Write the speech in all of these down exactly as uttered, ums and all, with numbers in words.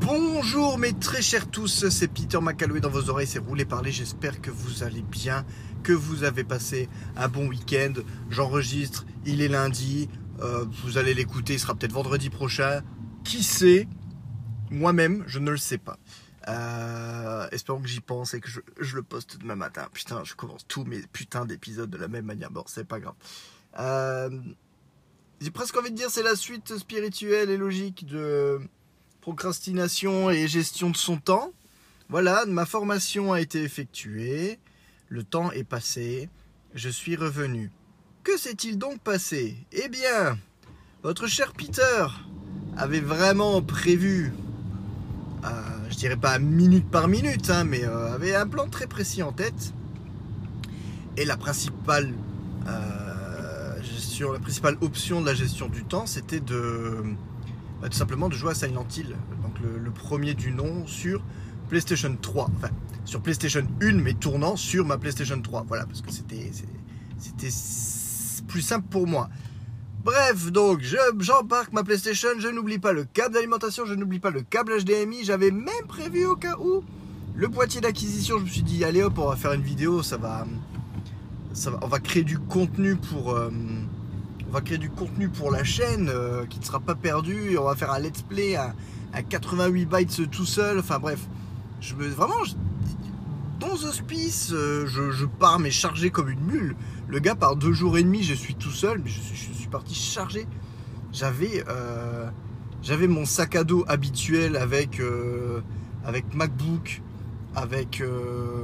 Bonjour mes très chers tous, c'est Peter McCalloway dans vos oreilles, c'est Roulé Parler, j'espère que vous allez bien, que vous avez passé un bon week-end. J'enregistre, il est lundi, euh, vous allez l'écouter, il sera peut-être vendredi prochain, qui sait, moi-même je ne le sais pas. Euh, espérons que j'y pense et que je, je le poste demain matin. Putain, je commence tous mes putains d'épisodes de la même manière, bon c'est pas grave. Euh, j'ai presque envie de dire c'est la suite spirituelle et logique de... procrastination et gestion de son temps. Voilà, ma formation a été effectuée, le temps est passé, je suis revenu. Que s'est-il donc passé? Eh bien, votre cher Peter avait vraiment prévu, euh, je dirais pas minute par minute, hein, mais euh, avait un plan très précis en tête. Et la principale, euh, gestion, la principale option de la gestion du temps, c'était de... Bah, tout simplement de jouer à Silent Hill, donc le, le premier du nom sur PlayStation trois, enfin sur PlayStation un mais tournant sur ma PlayStation trois, voilà, parce que c'était c'était plus simple pour moi. Bref, donc je, j'embarque ma PlayStation, je n'oublie pas le câble d'alimentation, je n'oublie pas le câble H D M I, j'avais même prévu au cas où le boîtier d'acquisition. Je me suis dit allez hop, on va faire une vidéo, ça va, ça va on va créer du contenu pour... Euh, On va créer du contenu pour la chaîne euh, qui ne sera pas perdu. On va faire un let's play à, à quatre-vingt-huit bytes tout seul. Enfin bref, je me, vraiment, je, bons auspices, euh, je, je pars mais chargé comme une mule. Le gars part deux jours et demi, je suis tout seul, mais je, je suis parti chargé. J'avais euh, j'avais mon sac à dos habituel avec, euh, avec MacBook, avec euh,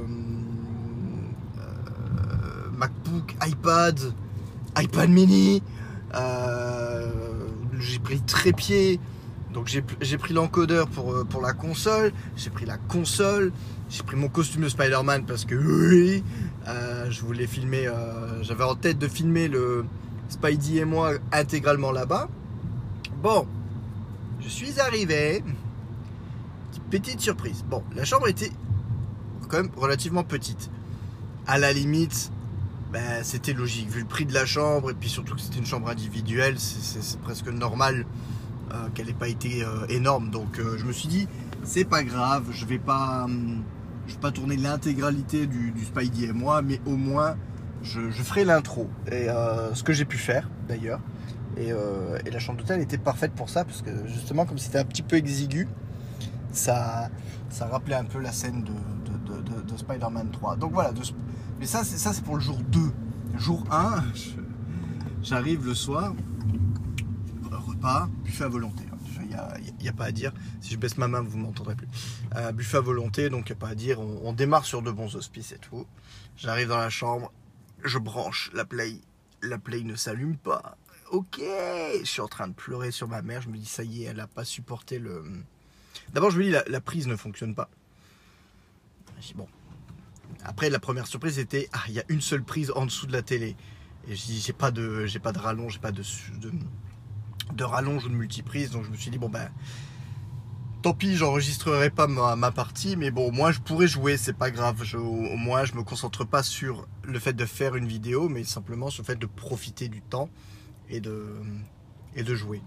euh, MacBook, iPad, iPad mini. Euh, j'ai pris trépied, donc j'ai, j'ai pris l'encodeur pour, pour la console, j'ai pris la console, j'ai pris mon costume de Spider-Man parce que oui, euh, je voulais filmer, euh, j'avais en tête de filmer le Spidey et moi intégralement là-bas. Bon, je suis arrivé, petite surprise. Bon, la chambre était quand même relativement petite, à la limite. Ben, c'était logique, vu le prix de la chambre, et puis surtout que c'était une chambre individuelle, c'est, c'est, c'est presque normal euh, qu'elle n'ait pas été euh, énorme. Donc euh, je me suis dit, c'est pas grave, je vais pas, hum, je vais pas tourner l'intégralité du, du Spidey et moi, mais au moins je, je ferai l'intro. Et euh, ce que j'ai pu faire d'ailleurs. Et, euh, et la chambre d'hôtel était parfaite pour ça, parce que justement, comme c'était un petit peu exigu, ça, ça rappelait un peu la scène de, de, de, de, de Spider-Man trois. Donc voilà, de, mais ça c'est, ça c'est pour le jour deux. Jour un, je, j'arrive le soir, repas, buffet à volonté. Il n'y a, y a pas à dire. Si je baisse ma main, vous ne m'entendrez plus. Euh, buffet à volonté, donc il n'y a pas à dire. On, on démarre sur de bons auspices et tout. J'arrive dans la chambre, je branche la Play. La Play ne s'allume pas. Ok, je suis en train de pleurer sur ma mère. Je me dis, ça y est, elle n'a pas supporté le... D'abord, je me dis, la, la prise ne fonctionne pas. Je dis, bon. Après, la première surprise était, ah, il y a une seule prise en dessous de la télé. Et je dis, j'ai pas de, j'ai pas de rallonge, j'ai pas de, de, de rallonge ou de multiprise. Donc je me suis dit, bon ben, tant pis, j'enregistrerai pas ma, ma partie, mais bon, moi je pourrais jouer, c'est pas grave. Je, au moins, je me concentre pas sur le fait de faire une vidéo, mais simplement sur le fait de profiter du temps et de, et de jouer.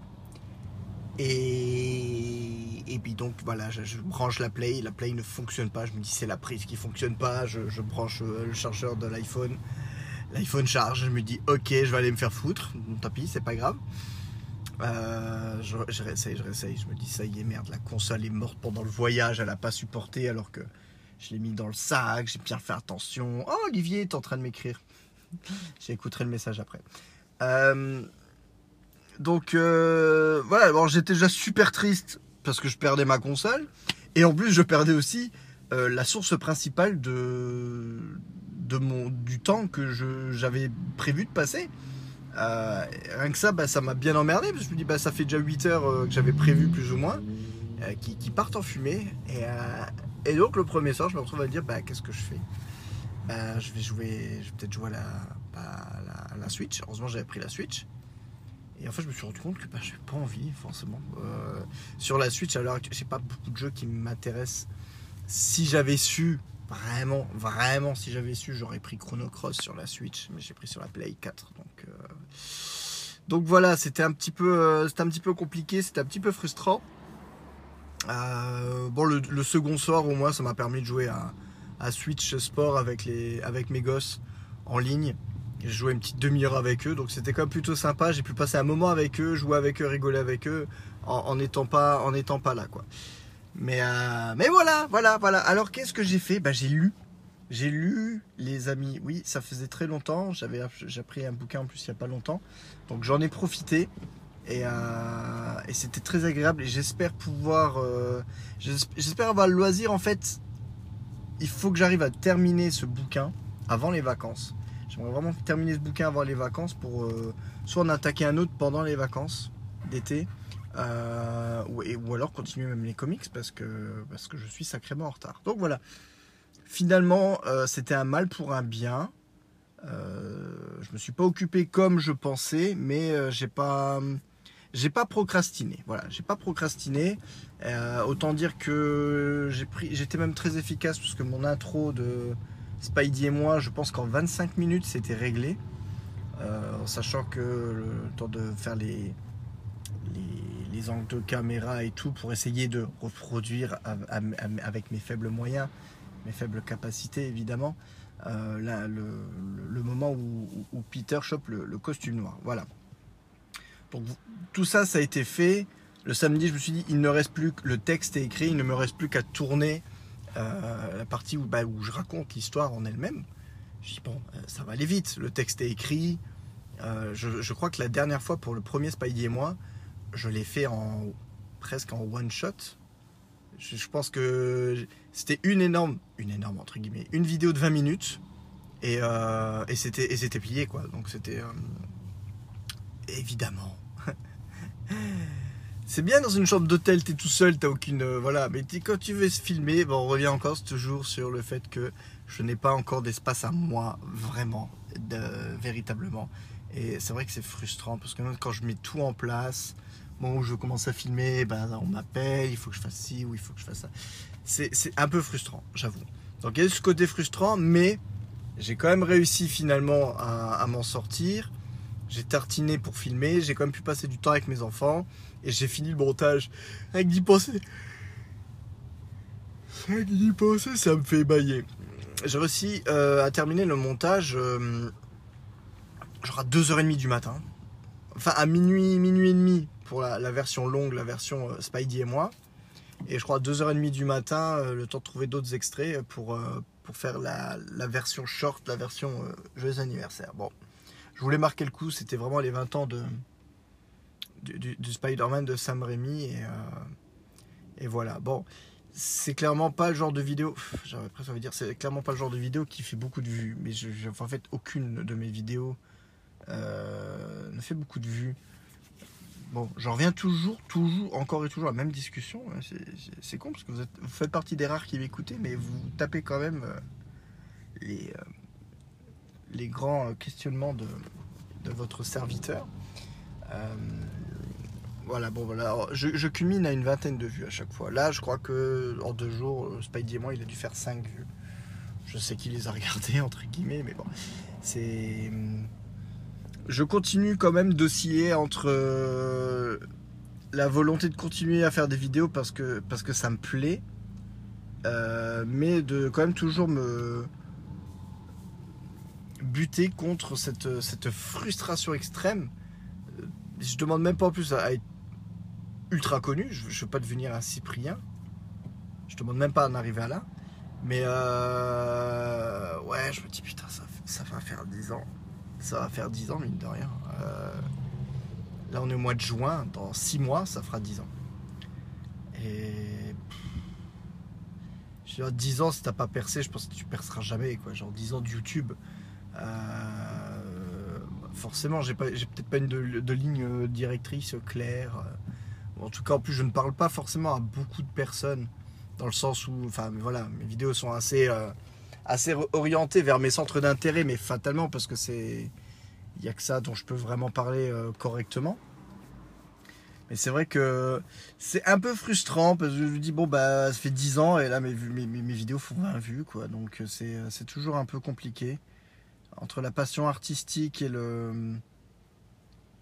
Et, et puis donc voilà, je, je branche la Play, la Play ne fonctionne pas, je me dis c'est la prise qui fonctionne pas, je, je branche le chargeur de l'iPhone, l'iPhone charge, je me dis ok, je vais aller me faire foutre, tant pis, c'est pas grave. Euh, je, je réessaye, je réessaye, je me dis ça y est, merde, la console est morte pendant le voyage, elle a pas supporté alors que je l'ai mis dans le sac, j'ai bien fait attention. Oh, Olivier est en train de m'écrire, j'écouterai le message après. Euh... Donc euh, voilà, bon, j'étais déjà super triste parce que je perdais ma console. Et en plus, je perdais aussi euh, la source principale de, de mon, du temps que je, j'avais prévu de passer. Euh, rien que ça, bah, ça m'a bien emmerdé. Parce que je me dis, bah, ça fait déjà huit heures euh, que j'avais prévu plus ou moins, euh, qui, qui partent en fumée. Et, euh, et donc le premier soir, je me retrouve à dire, bah, qu'est-ce que je fais? Bah, je vais jouer, je vais peut-être jouer à la, bah, la, la Switch. Heureusement, j'avais pris la Switch. Et en fait, je me suis rendu compte que bah, j'ai pas envie, forcément. Euh, sur la Switch, à l'heure actuelle, j'ai pas beaucoup de jeux qui m'intéressent. Si j'avais su, vraiment, vraiment, si j'avais su, j'aurais pris Chrono Cross sur la Switch, mais j'ai pris sur la Play quatre. Donc, euh... donc voilà, c'était un petit peu, euh, c'était un petit peu compliqué, c'était un petit peu frustrant. Euh, bon, le, le second soir, au moins, ça m'a permis de jouer à, à Switch Sport avec, les, avec mes gosses en ligne. J'ai joué une petite demi-heure avec eux, donc c'était quand même plutôt sympa. J'ai pu passer un moment avec eux, jouer avec eux, rigoler avec eux, en n'étant pas, en étant pas là, quoi. Mais, euh, mais voilà, voilà, voilà. Alors, qu'est-ce que j'ai fait? Bah, j'ai lu. J'ai lu, les amis. Oui, ça faisait très longtemps. J'avais, j'ai pris un bouquin en plus il n'y a pas longtemps. Donc, j'en ai profité. Et, euh, et c'était très agréable. Et j'espère pouvoir... Euh, j'espère avoir le loisir. En fait, il faut que j'arrive à terminer ce bouquin avant les vacances. J'aimerais vraiment terminer ce bouquin avant les vacances pour euh, soit en attaquer un autre pendant les vacances d'été. Euh, ou, et, ou alors continuer même les comics parce que, parce que je suis sacrément en retard. Donc voilà. Finalement, euh, c'était un mal pour un bien. Euh, je me suis pas occupé comme je pensais, mais euh, j'ai pas, j'ai pas procrastiné. Voilà, j'ai pas procrastiné. Euh, autant dire que j'ai pris, j'étais même très efficace parce que mon intro de Spidey et moi, je pense qu'en vingt-cinq minutes, c'était réglé. Euh, en sachant que le temps de faire les, les, les angles de caméra et tout pour essayer de reproduire avec mes faibles moyens, mes faibles capacités évidemment, euh, là, le, le, le moment où, où Peter chope le, le costume noir. Voilà. Donc tout ça, ça a été fait. Le samedi, je me suis dit, il ne reste plus que le texte est écrit, il ne me reste plus qu'à tourner euh, la partie où, bah, où je raconte l'histoire en elle-même. Je dis bon, ça va aller vite. Le texte est écrit. Euh, je, je crois que la dernière fois pour le premier Spidey et moi, je l'ai fait en presque en one shot. Je, je pense que c'était une énorme, une énorme entre guillemets, une vidéo de vingt minutes et, euh, et c'était et c'était plié quoi. Donc c'était euh, évidemment. C'est bien dans une chambre d'hôtel, t'es tout seul, t'as aucune euh, voilà. Mais quand tu veux se filmer, bon, on revient encore toujours sur le fait que je n'ai pas encore d'espace à moi vraiment, de, véritablement. Et c'est vrai que c'est frustrant parce que même quand je mets tout en place, bon, où je commence à filmer, ben, on m'appelle, il faut que je fasse ci ou il faut que je fasse ça. C'est, c'est un peu frustrant, j'avoue. Donc il y a ce côté frustrant, mais j'ai quand même réussi finalement à, à m'en sortir. J'ai tartiné pour filmer, j'ai quand même pu passer du temps avec mes enfants et j'ai fini le montage. Avec d'y penser, avec d'y penser, ça me fait ébailler. J'ai réussi euh, à terminer le montage euh, genre à deux heures trente du matin. Enfin à minuit, minuit et demi pour la, la version longue, la version euh, Spidey et moi. Et je crois à deux heures trente du matin, euh, le temps de trouver d'autres extraits pour, euh, pour faire la, la version short, la version euh, joyeux anniversaire. Bon, je voulais marquer le coup, c'était vraiment les vingt ans de, du, du, du Spider-Man de Sam Raimi. Et, euh, et voilà, bon, c'est clairement pas le genre de vidéo, j'aurais presque envie de dire, c'est clairement pas le genre de vidéo qui fait beaucoup de vues. Mais je, je, en fait, aucune de mes vidéos euh, ne fait beaucoup de vues. Bon, j'en reviens toujours, toujours, encore et toujours à la même discussion. C'est, c'est, c'est con parce que vous, êtes, vous faites partie des rares qui m'écoutez, mais vous tapez quand même euh, les, euh, les grands questionnements de, de votre serviteur. Euh, voilà, bon, voilà. Alors, je, je culmine à une vingtaine de vues à chaque fois. Là, je crois que en deux jours, Spidey et moi, il a dû faire cinq vues. Je sais qu'il les a regardées, entre guillemets, mais bon, c'est. Je continue quand même d'osciller entre euh, la volonté de continuer à faire des vidéos parce que, parce que ça me plaît, euh, mais de quand même toujours me buter contre cette, cette frustration extrême. Je demande même pas en plus à, à être ultra connu, je ne veux pas devenir un Cyprien, je demande même pas à en arriver à là, mais euh, ouais, je me dis putain, ça, ça va faire dix ans. Ça va faire dix ans, mine de rien. Euh, là, on est au mois de juin. Dans six mois, ça fera dix ans. Et... Je veux dire, dix ans, si t'as pas percé, je pense que tu perceras jamais, quoi. Genre dix ans de YouTube. Euh, forcément, j'ai, pas, j'ai peut-être pas une de, de ligne directrice claire. En tout cas, en plus, je ne parle pas forcément à beaucoup de personnes. Dans le sens où... Enfin, voilà, mes vidéos sont assez... Euh, assez orienté vers mes centres d'intérêt, mais fatalement parce que c'est, il n'y a que ça dont je peux vraiment parler euh, correctement. Mais c'est vrai que c'est un peu frustrant parce que je me dis bon bah ça fait dix ans et là mes, mes, mes vidéos font vingt vues quoi, donc c'est, c'est toujours un peu compliqué entre la passion artistique et le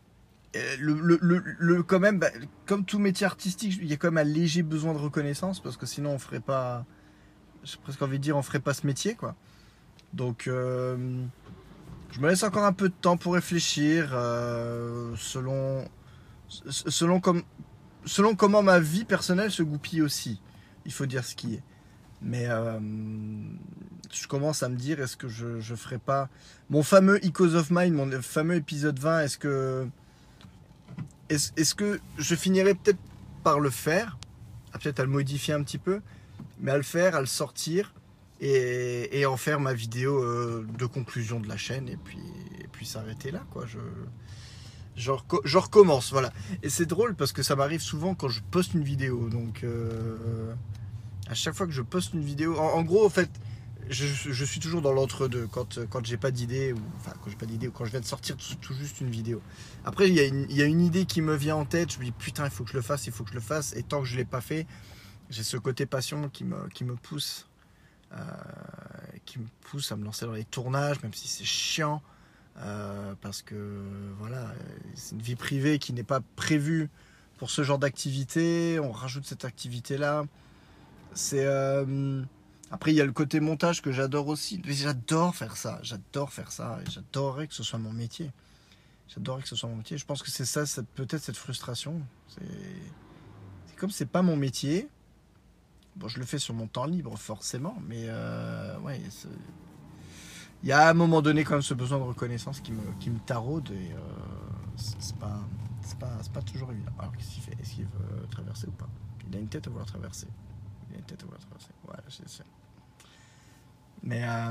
Le, le, le, le, quand même, bah, comme tout métier artistique, il y a quand même un léger besoin de reconnaissance parce que sinon on ferait pas, j'ai presque envie de dire, on ferait pas ce métier, quoi. Donc, euh, je me laisse encore un peu de temps pour réfléchir, euh, selon, selon, comme, selon comment ma vie personnelle se goupille aussi. Il faut dire ce qui est. Mais euh, je commence à me dire, est-ce que je, je ferai pas mon fameux Echoes of Mind, mon fameux épisode vingt, est-ce que Est-ce, est-ce que je finirai peut-être par le faire, peut-être à le modifier un petit peu, mais à le faire, à le sortir et, et en faire ma vidéo euh, de conclusion de la chaîne et puis, et puis s'arrêter là, quoi. Je, je, reco- je recommence, voilà. Et c'est drôle parce que ça m'arrive souvent quand je poste une vidéo. Donc, euh, à chaque fois que je poste une vidéo, en, en gros, en fait, je, je suis toujours dans l'entre-deux quand, quand j'ai pas d'idée ou enfin quand j'ai pas d'idée ou quand je viens de sortir tout, tout juste une vidéo. Après il y a une, il y a une idée qui me vient en tête, je me dis putain il faut que je le fasse, il faut que je le fasse et tant que je l'ai pas fait, j'ai ce côté passion qui me, qui me pousse euh, qui me pousse à me lancer dans les tournages même si c'est chiant euh, parce que voilà c'est une vie privée qui n'est pas prévue pour ce genre d'activité, on rajoute cette activité là, c'est euh, après, il y a le côté montage que j'adore aussi. J'adore faire ça. J'adore faire ça. Et j'adorerais que ce soit mon métier. J'adorerais que ce soit mon métier. Je pense que c'est ça, c'est peut-être cette frustration. C'est, c'est comme c'est pas mon métier. Bon, je le fais sur mon temps libre, forcément. Mais euh, ouais, c'est... il y a à un moment donné quand même ce besoin de reconnaissance qui me, qui me taraude. Et euh, c'est, c'est, pas, c'est, pas, c'est pas toujours évident. Alors, qu'est-ce qu'il fait? Est-ce qu'il veut traverser ou pas? Il a une tête à vouloir traverser. Il a une tête à vouloir traverser. Voilà, c'est ça. Mais euh,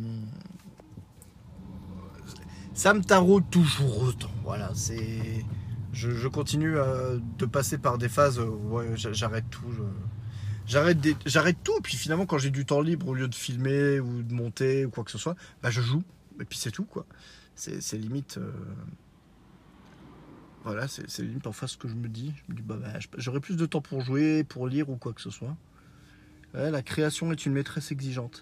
ça me taraude toujours autant. Voilà, c'est. Je, je continue euh, de passer par des phases. Euh, ouais, j'arrête tout. Je, j'arrête, des, j'arrête tout. Et puis finalement, quand j'ai du temps libre, au lieu de filmer ou de monter ou quoi que ce soit, bah je joue. Et puis c'est tout, quoi. C'est, c'est limite. Euh, voilà, c'est, c'est limite en face ce que je me dis. Je me dis, bah, bah j'aurai plus de temps pour jouer, pour lire ou quoi que ce soit. Ouais, la création est une maîtresse exigeante.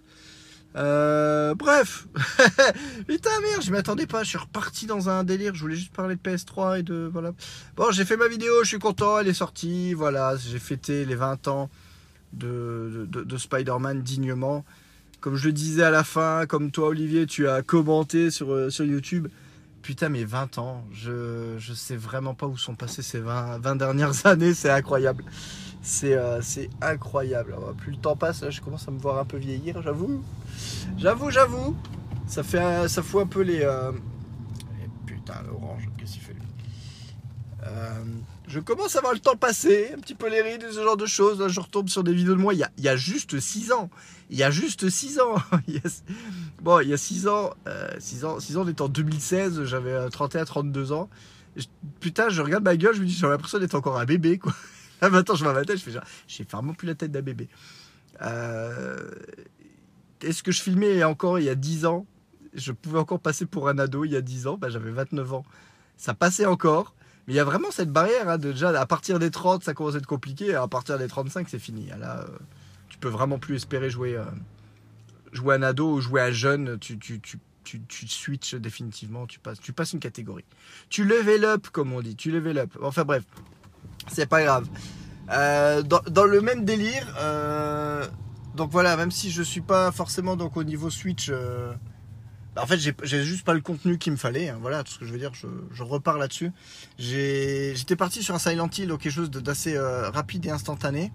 Euh, bref, putain merde, je m'y attendais pas, je suis reparti dans un délire, je voulais juste parler de P S trois et de voilà. Bon, j'ai fait ma vidéo, je suis content, elle est sortie, voilà, j'ai fêté les vingt ans de, de, de Spider-Man dignement. Comme je le disais à la fin, comme toi Olivier, tu as commenté sur, sur YouTube, putain mais vingt ans, je, je sais vraiment pas où sont passées ces vingt, vingt dernières années, c'est incroyable. C'est, euh, c'est incroyable. Alors, plus le temps passe, là, je commence à me voir un peu vieillir, j'avoue. J'avoue, j'avoue. Ça fait, un, ça fout un peu les. Euh... Et putain, l'orange, qu'est-ce qu'il fait lui euh... Je commence à voir le temps passer, un petit peu les rides, ce genre de choses. Là, je retombe sur des vidéos de moi il y a, il y a juste six ans. Il y a juste six ans. Bon, il y a six ans, euh, six ans, six ans, on était en deux mille seize, j'avais trente et un, trente-deux ans. Et je, putain, je regarde ma gueule, je me dis, j'ai l'impression d'être encore un bébé, quoi. Là, maintenant, je vois ma tête, je fais genre, j'ai vraiment plus la tête d'un bébé. Euh, est-ce que je filmais encore il y a dix ans? Je pouvais encore passer pour un ado il y a dix ans, bah, j'avais vingt-neuf ans. Ça passait encore, mais il y a vraiment cette barrière, hein, de, déjà, à partir des trente, ça commence à être compliqué, et à partir des trente-cinq, c'est fini. Là, euh, tu peux vraiment plus espérer jouer, euh, jouer un ado ou jouer un jeune, tu, tu, tu, tu, tu switches définitivement, tu passes, tu passes une catégorie. Tu level up, comme on dit, tu level up. Enfin bref. C'est pas grave. Euh, dans, dans le même délire, euh, donc voilà, même si je suis pas forcément donc au niveau Switch, euh, bah en fait j'ai, j'ai juste pas le contenu qu'il me fallait. Hein, voilà tout ce que je veux dire. Je, je repars là-dessus. J'ai, j'étais parti sur un Silent Hill, donc quelque chose de, d'assez euh, rapide et instantané.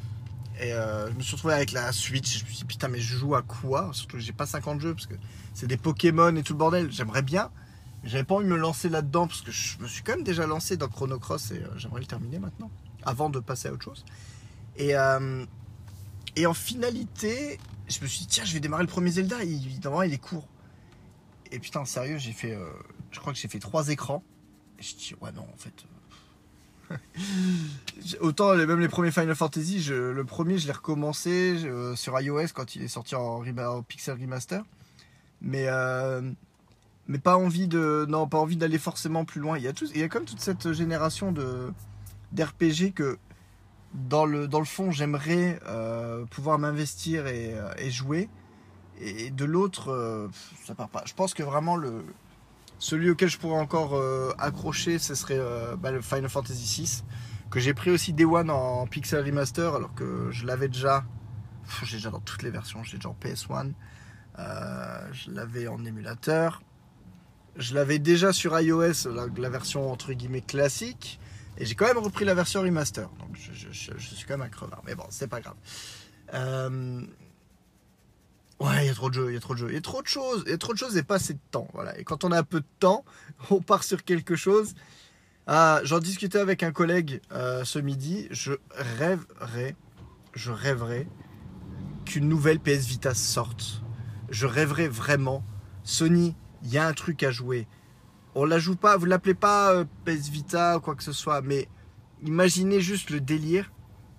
Et euh, je me suis retrouvé avec la Switch. Je me suis dit putain mais je joue à quoi? Surtout que j'ai pas cinquante jeux parce que c'est des Pokémon et tout le bordel. J'aimerais bien. J'avais pas envie de me lancer là-dedans parce que je me suis quand même déjà lancé dans Chrono Cross et euh, j'aimerais le terminer maintenant, avant de passer à autre chose. Et, euh, et en finalité, je me suis dit, tiens, je vais démarrer le premier Zelda, il, évidemment, il est court. Et putain, sérieux, j'ai fait, euh, je crois que j'ai fait trois écrans. Et je dis, ouais, non, en fait. Euh... Autant, même les premiers Final Fantasy, je, le premier, je l'ai recommencé je, sur iOS quand il est sorti en, en Pixel Remaster. Mais. Euh, mais pas envie de non pas envie d'aller forcément plus loin. Il y a tout, il y a comme toute cette génération de d'R P G que dans le dans le fond j'aimerais euh, pouvoir m'investir et, et jouer, et de l'autre euh, ça part pas. Je pense que vraiment le Celui auquel je pourrais encore euh, accrocher, ce serait euh, bah, le Final Fantasy six, que j'ai pris aussi Day One en Pixel Remaster, alors que je l'avais déjà, pff, j'ai déjà dans toutes les versions, j'ai déjà en P S un, euh, je l'avais en émulateur, je l'avais déjà sur iOS, la, la version entre guillemets classique, et j'ai quand même repris la version remaster, donc je, je, je, je suis quand même un crevard, mais bon, c'est pas grave. Euh... Ouais, il y a trop de jeux, il y a trop de jeux, il y a trop de choses, il y a trop de choses et pas assez de temps, voilà. Et quand on a un peu de temps, on part sur quelque chose. Ah, j'en discutais avec un collègue euh, ce midi, je rêverais, je rêverais qu'une nouvelle P S Vita sorte. Je rêverais vraiment. Sony, il y a un truc à jouer. On la joue pas, vous l'appelez pas euh, P S Vita ou quoi que ce soit, mais imaginez juste le délire,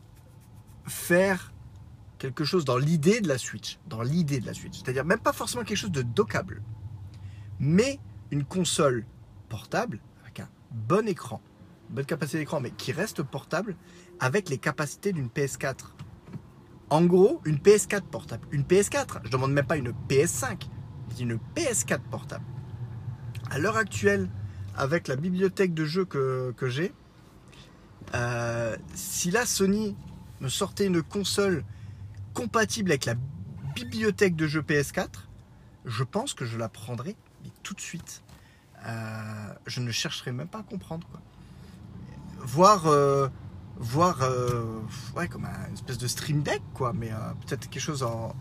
faire quelque chose dans l'idée de la Switch, dans l'idée de la Switch, c'est-à-dire même pas forcément quelque chose de dockable, mais une console portable avec un bon écran, bonne capacité d'écran, mais qui reste portable avec les capacités d'une P S quatre. En gros, une P S quatre portable, une P S quatre, je demande même pas une P S cinq, une P S quatre portable. À l'heure actuelle, avec la bibliothèque de jeux que, que j'ai, euh, si la Sony me sortait une console compatible avec la bibliothèque de jeux P S quatre, je pense que je la prendrai mais tout de suite. Euh, je ne chercherai même pas à comprendre, quoi. Voir, euh, voir euh, ouais, comme un, une espèce de Stream Deck, quoi, mais euh, peut-être quelque chose en...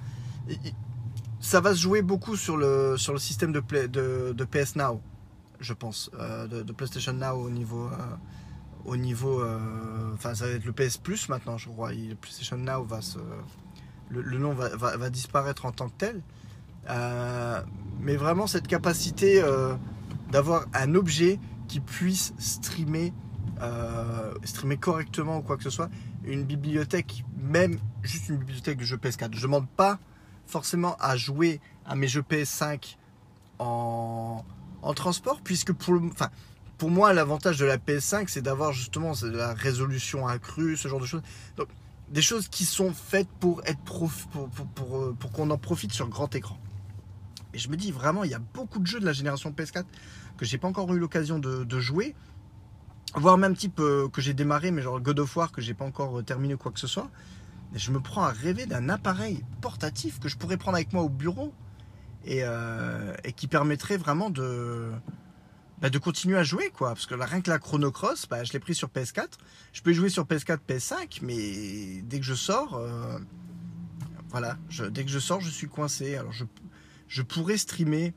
Ça va se jouer beaucoup sur le, sur le système de, play, de, de P S Now, je pense, euh, de, de PlayStation Now au niveau... Euh, au niveau... Euh, enfin, ça va être le P S Plus maintenant, je crois. Le PlayStation Now va se... Le, le nom va, va, va disparaître en tant que tel. Euh, mais vraiment cette capacité euh, d'avoir un objet qui puisse streamer, euh, streamer correctement ou quoi que ce soit, une bibliothèque, même juste une bibliothèque de jeux P S quatre. Je ne demande pas forcément à jouer à mes jeux P S cinq en, en transport, puisque pour, le, enfin, pour moi l'avantage de la P S cinq c'est d'avoir justement de la résolution accrue, ce genre de choses. Donc, des choses qui sont faites pour être prof, pour, pour, pour, pour qu'on en profite sur grand écran. Et je me dis vraiment, il y a beaucoup de jeux de la génération P S quatre que j'ai pas encore eu l'occasion de, de jouer, voire même type euh, que j'ai démarré, mais genre God of War que j'ai pas encore euh, terminé ou quoi que ce soit. Et je me prends à rêver d'un appareil portatif que je pourrais prendre avec moi au bureau et, euh, et qui permettrait vraiment de... Bah de continuer à jouer, quoi, parce que là, rien que la Chrono Cross, bah, je l'ai pris sur P S quatre, je peux y jouer sur P S quatre, P S cinq, mais dès que je sors, euh, voilà, je, dès que je sors, je suis coincé. Alors je, je pourrais streamer,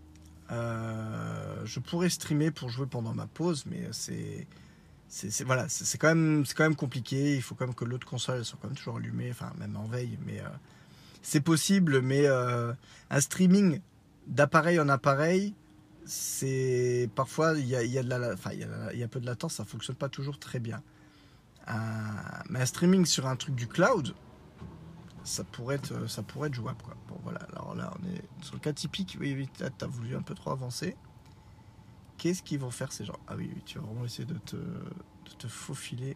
euh, je pourrais streamer pour jouer pendant ma pause, mais c'est, c'est, c'est voilà, c'est, c'est quand même, c'est quand même compliqué. Il faut quand même que l'autre console soit quand même toujours allumée, enfin même en veille, mais euh, c'est possible. Mais euh, un streaming d'appareil en appareil, c'est parfois il y a, il y a de la, enfin il y a, il y a un peu de latence, ça fonctionne pas toujours très bien. Euh, mais un streaming sur un truc du cloud, ça pourrait être, ça pourrait être jouable, quoi. Bon voilà, alors là on est sur le cas typique. Oui oui, là t'as voulu un peu trop avancer. Qu'est-ce qu'ils vont faire ces gens? Ah oui oui, tu vas vraiment essayer de te, de te faufiler.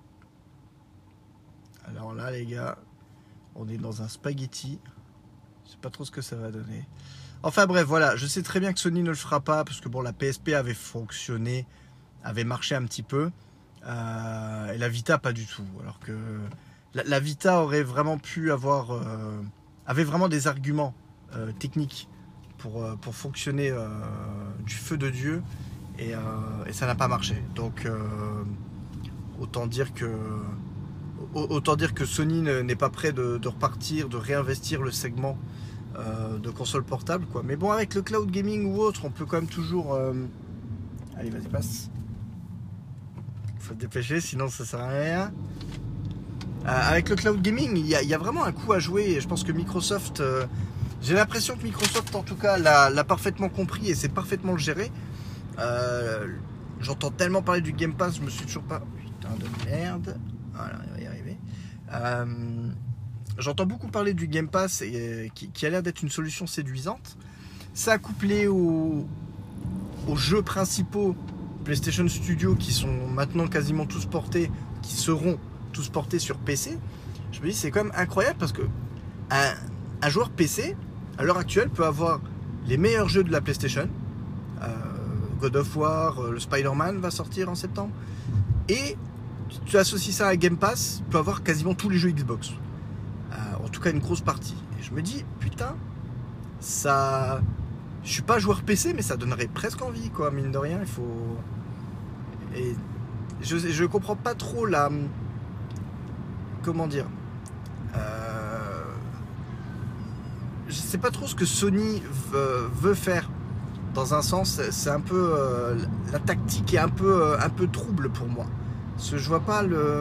Alors là les gars, on est dans un spaghetti. Je sais pas trop ce que ça va donner. Enfin bref, voilà, je sais très bien que Sony ne le fera pas, parce que bon, la P S P avait fonctionné, avait marché un petit peu, euh, et la Vita pas du tout. Alors que la, la Vita aurait vraiment pu avoir, euh, avait vraiment des arguments euh, techniques pour, euh, pour fonctionner euh, du feu de Dieu, et, euh, et ça n'a pas marché. Donc euh, autant dire que autant dire que Sony n'est pas prêt de, de repartir, de réinvestir le segment Euh, de console portable, quoi. Mais bon, avec le cloud gaming ou autre, on peut quand même toujours euh... allez, vas-y, passe, faut te dépêcher sinon ça sert à rien. Euh, avec le cloud gaming, il y, y a vraiment un coup à jouer, et je pense que Microsoft, euh... j'ai l'impression que Microsoft en tout cas l'a, l'a parfaitement compris et c'est parfaitement le gérer. euh... J'entends tellement parler du Game Pass, je me suis toujours pas, putain de merde, voilà, on va y arriver. euh... J'entends beaucoup parler du Game Pass, et, qui, qui a l'air d'être une solution séduisante. Ça couplé aux, aux jeux principaux PlayStation Studio qui sont maintenant quasiment tous portés, qui seront tous portés sur P C. Je me dis c'est quand même incroyable, parce que un, un joueur P C à l'heure actuelle peut avoir les meilleurs jeux de la PlayStation, euh, God of War, le Spider-Man va sortir en septembre. Et tu associes ça à Game Pass, tu peux avoir quasiment tous les jeux Xbox. Euh, en tout cas, une grosse partie. Et je me dis, putain, ça... Je suis pas joueur P C, mais ça donnerait presque envie, quoi. Mine de rien, il faut... Et je, je comprends pas trop la... Comment dire euh... Je sais pas trop ce que Sony veut, veut faire. Dans un sens, c'est un peu... Euh, la tactique est un peu, euh, un peu trouble pour moi. Parce que je vois pas le...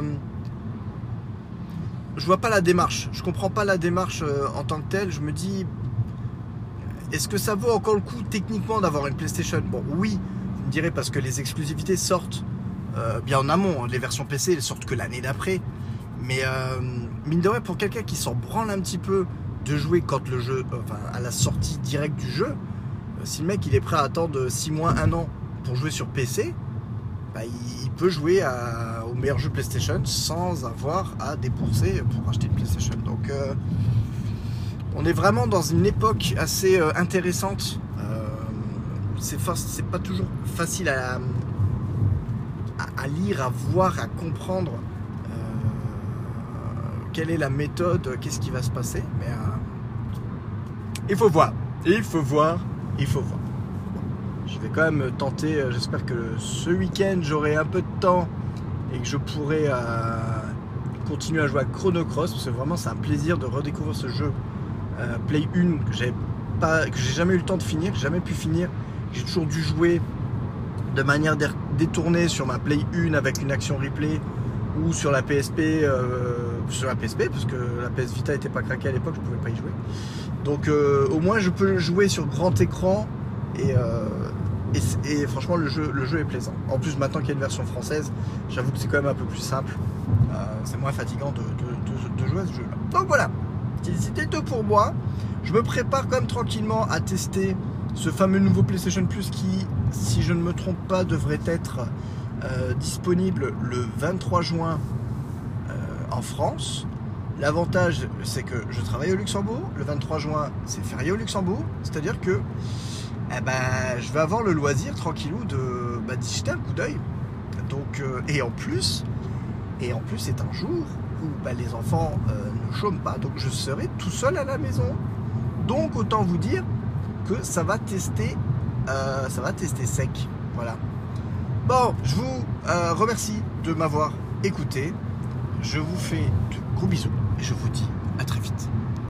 Je vois pas la démarche. Je comprends pas la démarche euh, en tant que telle. Je me dis... Est-ce que ça vaut encore le coup techniquement d'avoir une PlayStation? Bon, oui, vous me direz parce que les exclusivités sortent euh, bien en amont. Hein. Les versions P C, elles sortent que l'année d'après. Mais euh, mine de rien, pour quelqu'un qui s'en branle un petit peu de jouer quand le jeu, euh, enfin à la sortie directe du jeu, euh, si le mec il est prêt à attendre six mois, un an pour jouer sur P C, bah, il, il peut jouer à, au meilleur jeu PlayStation sans avoir à débourser pour acheter une PlayStation. Donc euh, on est vraiment dans une époque assez euh, intéressante. Euh, c'est, c'est pas toujours facile à, à, à lire, à voir, à comprendre euh, quelle est la méthode, qu'est-ce qui va se passer. Mais euh, il faut voir, il faut voir, il faut voir. Bon, je vais quand même tenter. J'espère que ce week-end j'aurai un peu de temps et que je pourrai euh, continuer à jouer à Chrono Cross parce que vraiment c'est un plaisir de redécouvrir ce jeu. Euh, Play un que j'ai pas, que j'ai jamais eu le temps de finir, que j'ai jamais pu finir. J'ai toujours dû jouer de manière détournée sur ma Play un avec une action replay ou sur la P S P, euh, sur la P S P parce que la P S Vita était pas craquée à l'époque, je pouvais pas y jouer. Donc euh, au moins je peux jouer sur grand écran et, euh, et, et franchement le jeu, le jeu est plaisant. En plus maintenant qu'il y a une version française, j'avoue que c'est quand même un peu plus simple. Euh, c'est moins fatigant de, de, de, de jouer à ce jeu-là. Donc voilà. C'était tout pour moi. Je me prépare quand même tranquillement à tester ce fameux nouveau PlayStation Plus qui, si je ne me trompe pas, devrait être euh, disponible le vingt-trois juin euh, en France. L'avantage, c'est que je travaille au Luxembourg. Le vingt-trois juin, c'est férié au Luxembourg. C'est-à-dire que eh ben, je vais avoir le loisir tranquillou de bah, d'y jeter un coup d'œil. Donc, euh, et en plus, et en plus, c'est un jour où bah, les enfants euh, ne chôment pas, donc je serai tout seul à la maison. Donc autant vous dire que ça va tester, euh, ça va tester sec. Voilà. Bon, je vous euh, remercie de m'avoir écouté. Je vous fais de gros bisous et je vous dis à très vite.